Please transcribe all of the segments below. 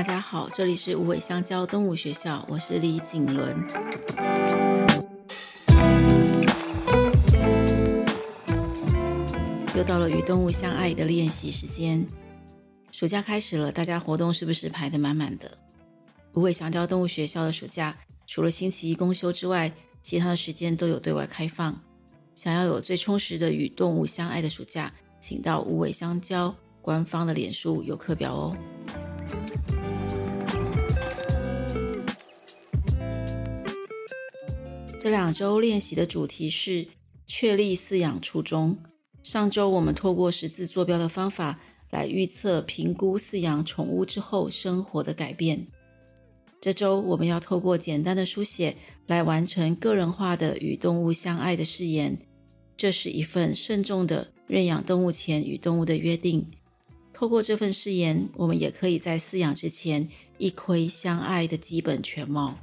家好，这里是无尾香蕉动物学校，我是李景伦。又到了与动物相爱的练习时间。暑假开始了，大家活动是不是排得满满的？无尾香蕉动物学校的暑假，除了星期一公休之外，其他的时间都有对外开放。想要有最充实的与动物相爱的暑假，请到无尾香蕉官方的脸书有课表哦。这2周练习的主题是确立饲养初衷。上周我们透过十字坐标的方法来预测评估饲养宠物之后生活的改变。这周我们要透过简单的书写来完成个人化的与动物相爱的誓言。这是一份慎重的认养动物前与动物的约定。透过这份誓言，我们也可以在饲养之前一窥相爱的基本全貌。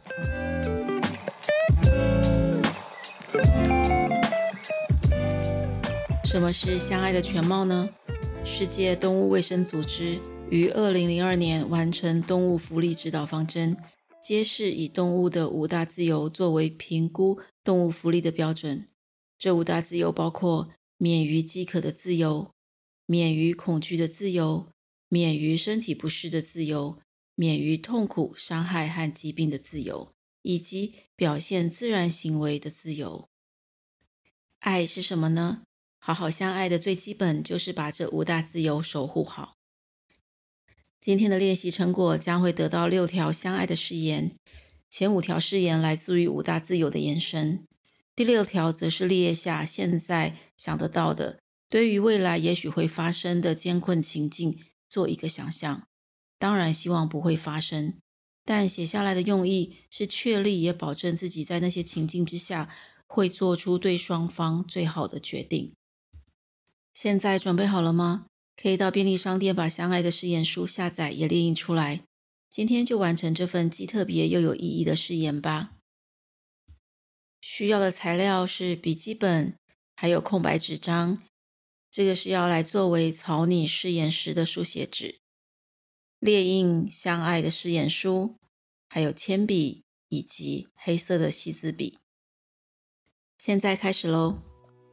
什么是相爱的全貌呢？世界动物卫生组织于2002年完成动物福利指导方针，揭示以动物的5大自由作为评估动物福利的标准。这5大自由包括免于饥渴的自由、免于恐惧的自由、免于身体不适的自由、免于痛苦、伤害和疾病的自由，以及表现自然行为的自由。爱是什么呢？好好相爱的最基本就是把这5大自由守护好。今天的练习成果将会得到6条相爱的誓言，前5条誓言来自于5大自由的延伸，第6条则是列下现在想得到的对于未来也许会发生的艰困情境做一个想象，当然希望不会发生，但写下来的用意是确立也保证自己在那些情境之下会做出对双方最好的决定。现在准备好了吗？可以到便利商店把相爱的誓言书下载也列印出来。今天就完成这份既特别又有意义的誓言吧。需要的材料是笔记本，还有空白纸张，这个是要来作为草拟誓言时的书写纸。列印相爱的誓言书，还有铅笔以及黑色的细字笔。现在开始咯。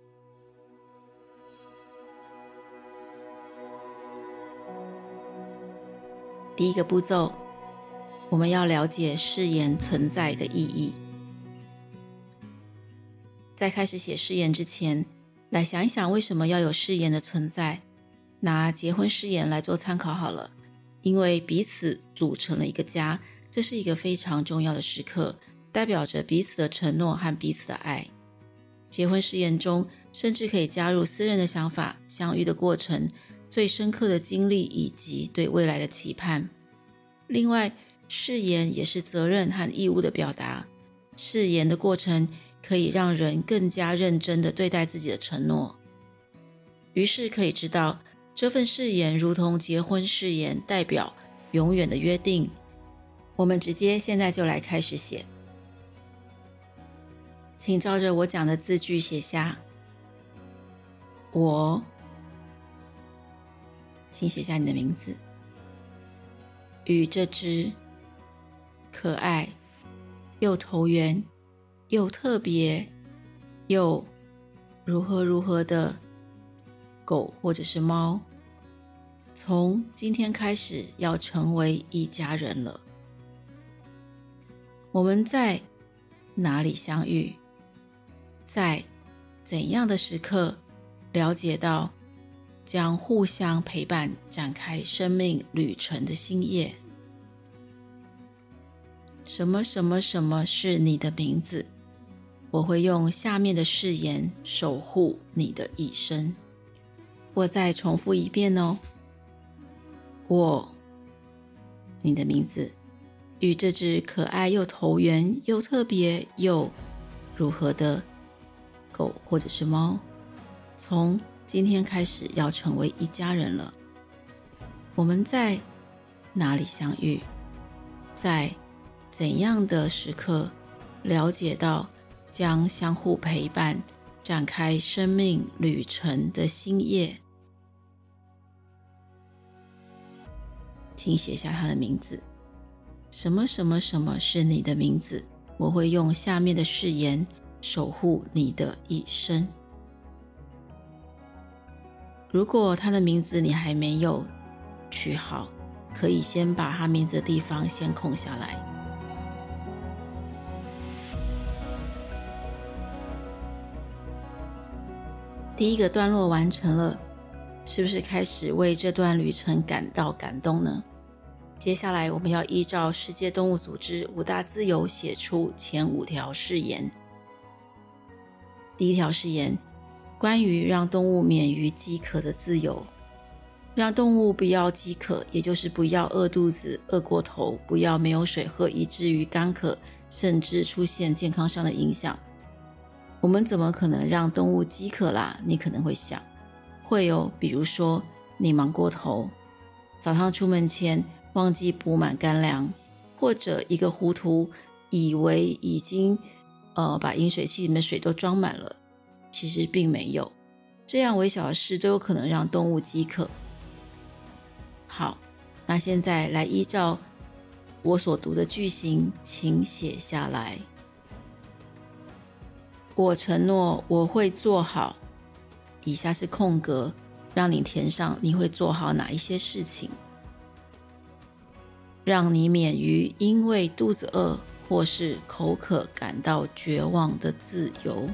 第一个步骤，我们要了解誓言存在的意义。在开始写誓言之前，来想一想为什么要有誓言的存在。拿结婚誓言来做参考好了，因为彼此组成了一个家，这是一个非常重要的时刻，代表着彼此的承诺和彼此的爱。结婚誓言中甚至可以加入私人的想法、相遇的过程、最深刻的经历以及对未来的期盼。另外，誓言也是责任和义务的表达。誓言的过程可以让人更加认真地对待自己的承诺。于是可以知道，这份誓言如同结婚誓言，代表永远的约定。我们直接现在就来开始写。请照着我讲的字句写下。我，请写下你的名字。与这只可爱又投缘又特别又如何的狗或者是猫，从今天开始要成为一家人了。我们在哪里相遇？在怎样的时刻了解到将互相陪伴展开生命旅程的新页？什么什么什么是你的名字？我会用下面的誓言守护你的一生。我再重复一遍哦。我，你的名字，与这只可爱又投缘又特别又如何的狗或者是猫，从今天开始要成为一家人了。我们在哪里相遇？在怎样的时刻了解到将相互陪伴展开生命旅程的新页？ 请写下他的名字。什么什么什么是你的名字，我会用下面的誓言守护你的一生。如果他的名字你还没有取好，可以先把他名字的地方先空下来。第一个段落完成了，是不是开始为这段旅程感到感动呢？接下来我们要依照世界动物组织5大自由写出前5条誓言。第一条誓言，关于让动物免于饥渴的自由。让动物不要饥渴，也就是不要饿肚子、饿过头，不要没有水喝以至于干渴，甚至出现健康上的影响。我们怎么可能让动物饥渴啦？你可能会想，会哦，比如说你忙过头，早上出门前忘记补满干粮，或者一个糊涂以为已经把饮水器里面的水都装满了，其实并没有。这样微小的事都有可能让动物饥渴。好，那现在来依照我所读的句型，请写下来。我承诺我会做好，以下是空格，让你填上你会做好哪一些事情，让你免于因为肚子饿或是口渴感到绝望的自由。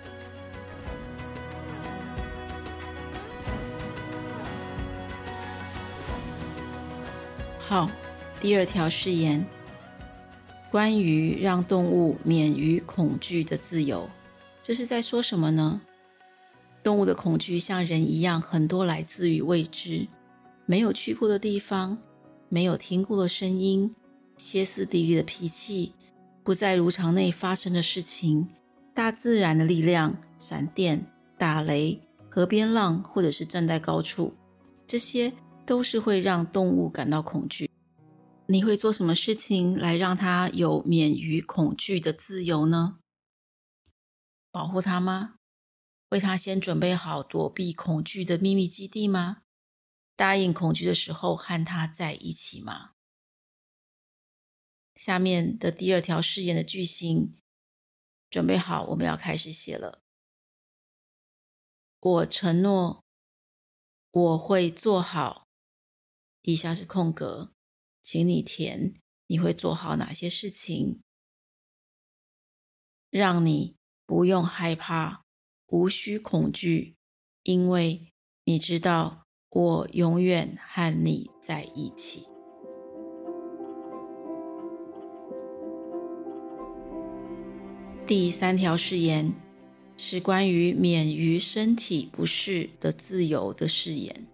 好，第2条誓言，关于让动物免于恐惧的自由。这是在说什么呢？动物的恐惧像人一样，很多来自于未知，没有去过的地方，没有听过的声音，歇斯底里的脾气，不在如常内发生的事情，大自然的力量，闪电、打雷、河边浪，或者是站在高处，这些都是会让动物感到恐惧。你会做什么事情来让它有免于恐惧的自由呢？保护它吗？为它先准备好躲避恐惧的秘密基地吗？答应恐惧的时候和它在一起吗？下面的第2条誓言的句型，准备好，我们要开始写了。我承诺我会做好，以下是空格，请你填你会做好哪些事情，让你不用害怕，无需恐惧，因为你知道我永远和你在一起。第3条誓言是关于免于身体不适的自由的誓言。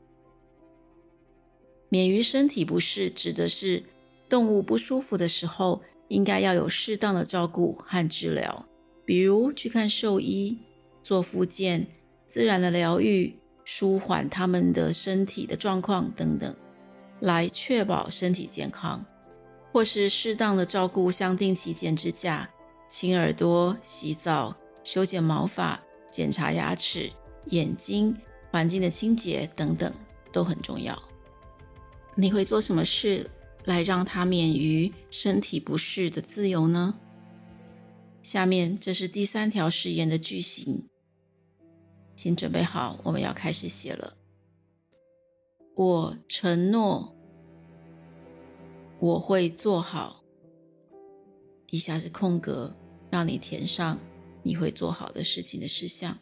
免于身体不适指的是动物不舒服的时候，应该要有适当的照顾和治疗，比如去看兽医、做复健、自然的疗愈、舒缓他们的身体的状况等等，来确保身体健康，或是适当的照顾，像定期剪指甲、清耳朵、洗澡、修剪毛发、检查牙齿、眼睛、环境的清洁等等，都很重要。你会做什么事来让它免于身体不适的自由呢？下面这是第3条誓言的句型，请准备好，我们要开始写了。我承诺我会做好，以下是空格，让你填上你会做好的事情的事项，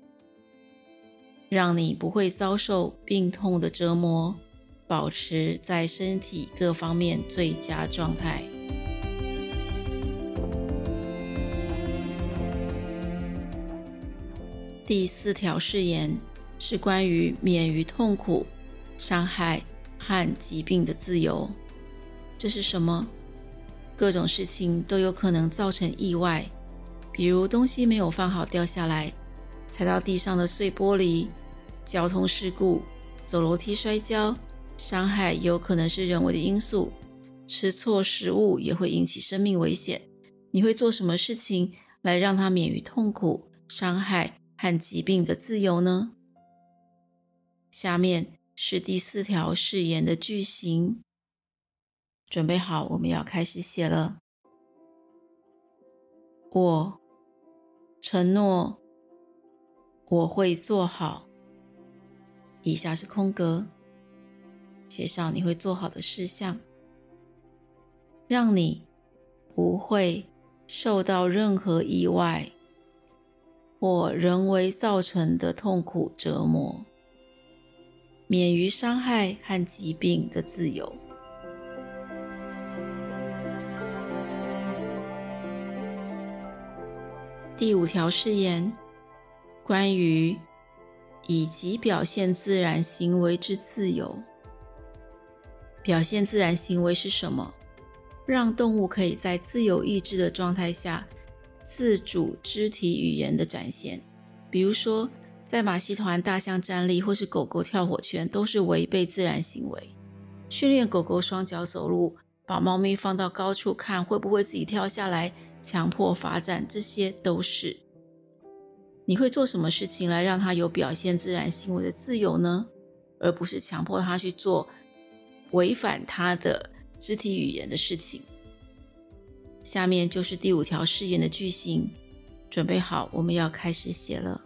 让你不会遭受病痛的折磨，保持在身体各方面最佳状态。第4条誓言是关于免于痛苦、伤害和疾病的自由。这是什么？各种事情都有可能造成意外，比如东西没有放好掉下来，踩到地上的碎玻璃，交通事故，走楼梯摔跤，伤害有可能是人为的因素，吃错食物也会引起生命危险。你会做什么事情来让它免于痛苦、伤害和疾病的自由呢？下面是第4条誓言的句型， 准备好，我们要开始写了。我承诺我会做好，以下是空格，写上你会做好的事项，让你不会受到任何意外或人为造成的痛苦折磨，免于伤害和疾病的自由。第5条誓言，关于以及表现自然行为之自由。表现自然行为是什么？让动物可以在自由意志的状态下自主肢体语言的展现。比如说，在马戏团、大象站立或是狗狗跳火圈都是违背自然行为。训练狗狗双脚走路，把猫咪放到高处看会不会自己跳下来，强迫罚站，这些都是。你会做什么事情来让它有表现自然行为的自由呢？而不是强迫它去做违反它的肢体语言的事情。下面就是第5条誓言的句型，准备好，我们要开始写了。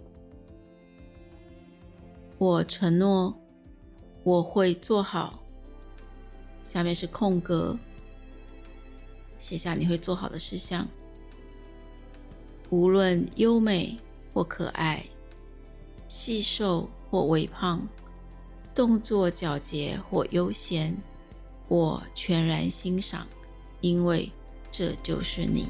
我承诺我会做好，下面是空格，写下你会做好的事项。无论优美或可爱，细瘦或微胖，动作皎洁或悠闲，我全然欣赏，因为这就是你。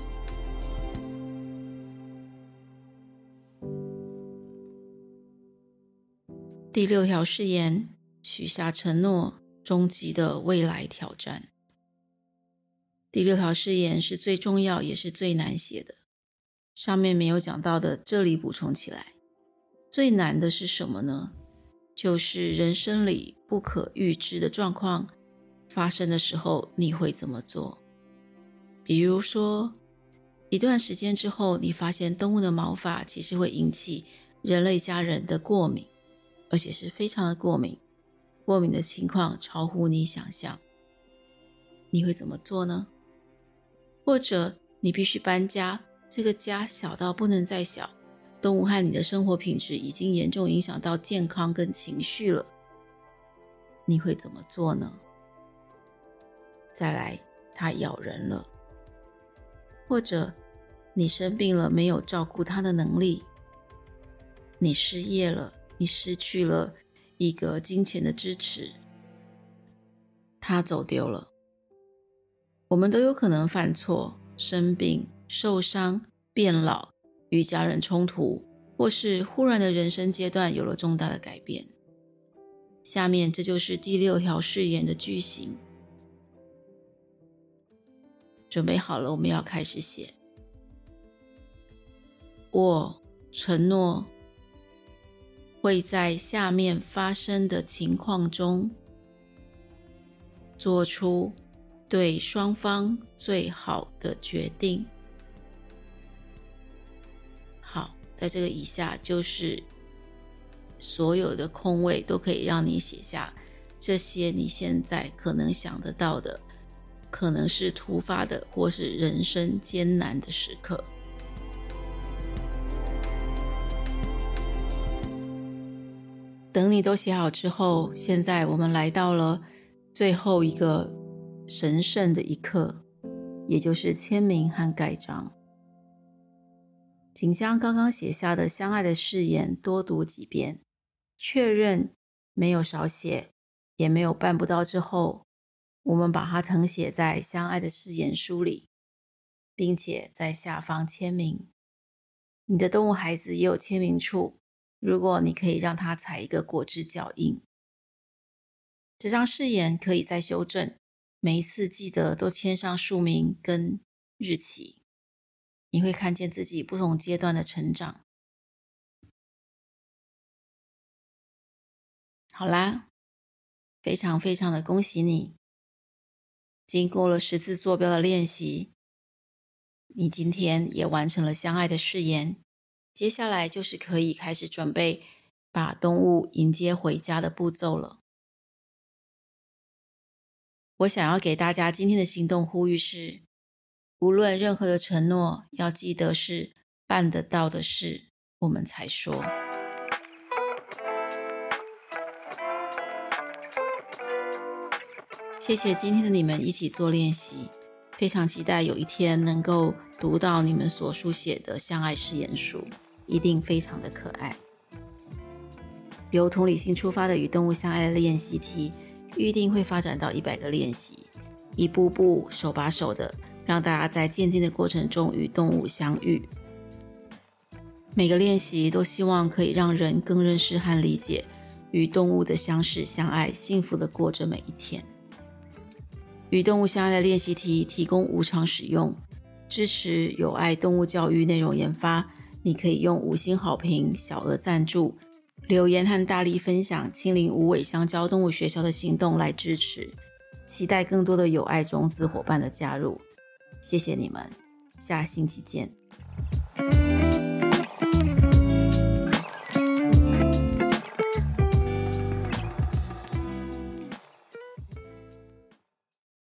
第6条誓言，许下承诺，终极的未来挑战。第6条誓言是最重要也是最难写的，上面没有讲到的，这里补充起来。最难的是什么呢？就是人生里不可预知的状况发生的时候，你会怎么做？比如说，一段时间之后，你发现动物的毛发其实会引起人类家人的过敏，而且是非常的过敏，过敏的情况超乎你想象，你会怎么做呢？或者你必须搬家，这个家小到不能再小，动物和你的生活品质已经严重影响到健康跟情绪了，你会怎么做呢？再来，它咬人了，或者你生病了，没有照顾它的能力，你失业了，你失去了一个金钱的支持，它走丢了。我们都有可能犯错、生病、受伤、变老、与家人冲突，或是忽然的人生阶段有了重大的改变。下面这就是第6条誓言的句型。准备好了，我们要开始写。我承诺会在下面发生的情况中做出对双方最好的决定。好，在这个以下就是所有的空位都可以让你写下这些你现在可能想得到的，可能是突发的或是人生艰难的时刻。等你都写好之后，现在我们来到了最后一个神圣的一刻，也就是签名和盖章。请将刚刚写下的相爱的誓言多读几遍，确认没有少写，也没有办不到之后，我们把它誊写在相爱的誓言书里，并且在下方签名。你的动物孩子也有签名处，如果你可以让他踩一个果汁脚印。这张誓言可以再修正，每一次记得都签上署名跟日期，你会看见自己不同阶段的成长。好啦，非常非常的恭喜你，经过了10字坐标的练习，你今天也完成了相爱的誓言。接下来就是可以开始准备把动物迎接回家的步骤了。 我想要给大家今天的行动呼吁是，无论任何的承诺，要记得是办得到的事，我们才说。谢谢今天的你们一起做练习，非常期待有一天能够读到你们所书写的相爱誓言书，一定非常的可爱。由同理心出发的与动物相爱的练习题，预定会发展到100个练习，一步步手把手的让大家在渐进的过程中与动物相遇。每个练习都希望可以让人更认识和理解与动物的相识相爱，幸福的过着每一天。与动物相爱的练习题提供无偿使用，支持有爱动物教育内容研发，你可以用5星好评、小额赞助、留言和大力分享亲临无尾香蕉动物学校的行动来支持，期待更多的有爱种子伙伴的加入。谢谢你们，下星期见。